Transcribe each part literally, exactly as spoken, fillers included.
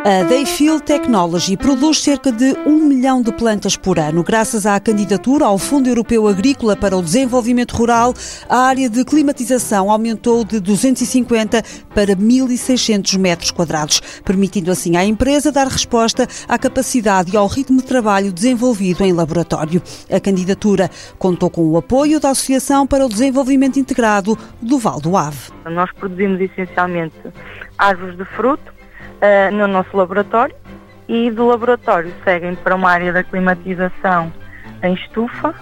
A Dayfield Technology produz cerca de um milhão de plantas por ano. Graças à candidatura ao Fundo Europeu Agrícola para o Desenvolvimento Rural, a área de climatização aumentou de duzentos e cinquenta para mil e seiscentos metros quadrados, permitindo assim à empresa dar resposta à capacidade e ao ritmo de trabalho desenvolvido em laboratório. A candidatura contou com o apoio da Associação para o Desenvolvimento Integrado do Val do Ave. Nós produzimos essencialmente árvores de fruto no nosso laboratório e do laboratório seguem para uma área da climatização em estufa,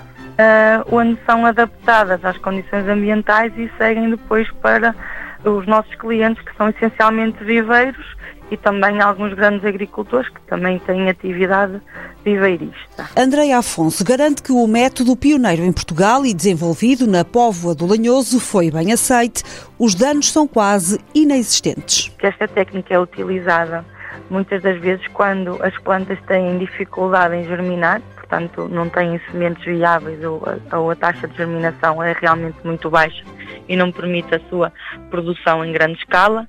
onde são adaptadas às condições ambientais e seguem depois para os nossos clientes, que são essencialmente viveiros e também alguns grandes agricultores que também têm atividade viveirista. Andreia Afonso garante que o método pioneiro em Portugal e desenvolvido na Póvoa do Lanhoso foi bem aceite. Os danos são quase inexistentes. Que esta técnica é utilizada muitas das vezes quando as plantas têm dificuldade em germinar, portanto não têm sementes viáveis ou a, ou a taxa de germinação é realmente muito baixa e não permite a sua produção em grande escala.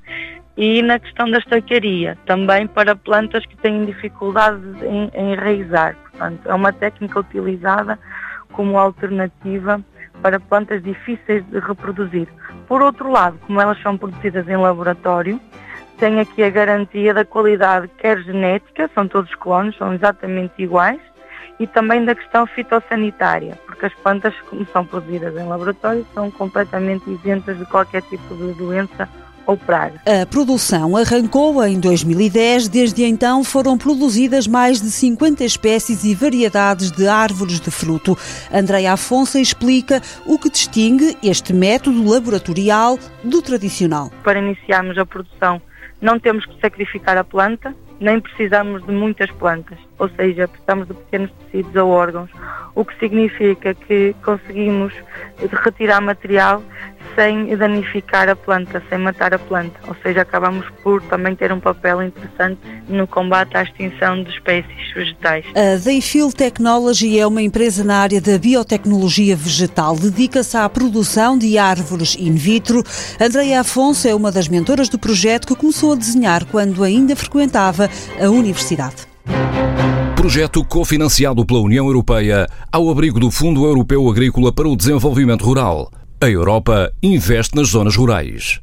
E na questão da estaquearia, também para plantas que têm dificuldade em, em enraizar. Portanto, é uma técnica utilizada como alternativa para plantas difíceis de reproduzir. Por outro lado, como elas são produzidas em laboratório, tem aqui a garantia da qualidade, quer genética, são todos clones, são exatamente iguais, e também da questão fitossanitária, porque as plantas, como são produzidas em laboratório, são completamente isentas de qualquer tipo de doença ou praga. A produção arrancou em dois mil e dez. Desde então foram produzidas mais de cinquenta espécies e variedades de árvores de fruto. Andreia Afonso explica o que distingue este método laboratorial do tradicional. Para iniciarmos a produção não temos que sacrificar a planta, nem precisamos de muitas plantas, ou seja, precisamos de pequenos tecidos ou órgãos, o que significa que conseguimos retirar material sem danificar a planta, sem matar a planta, ou seja, acabamos por também ter um papel interessante no combate à extinção de espécies vegetais. A Dayfield Technology é uma empresa na área da biotecnologia vegetal, dedica-se à produção de árvores in vitro. Andreia Afonso é uma das mentoras do projeto que começou a desenhar quando ainda frequentava a universidade. Projeto cofinanciado pela União Europeia ao abrigo do Fundo Europeu Agrícola para o Desenvolvimento Rural. A Europa investe nas zonas rurais.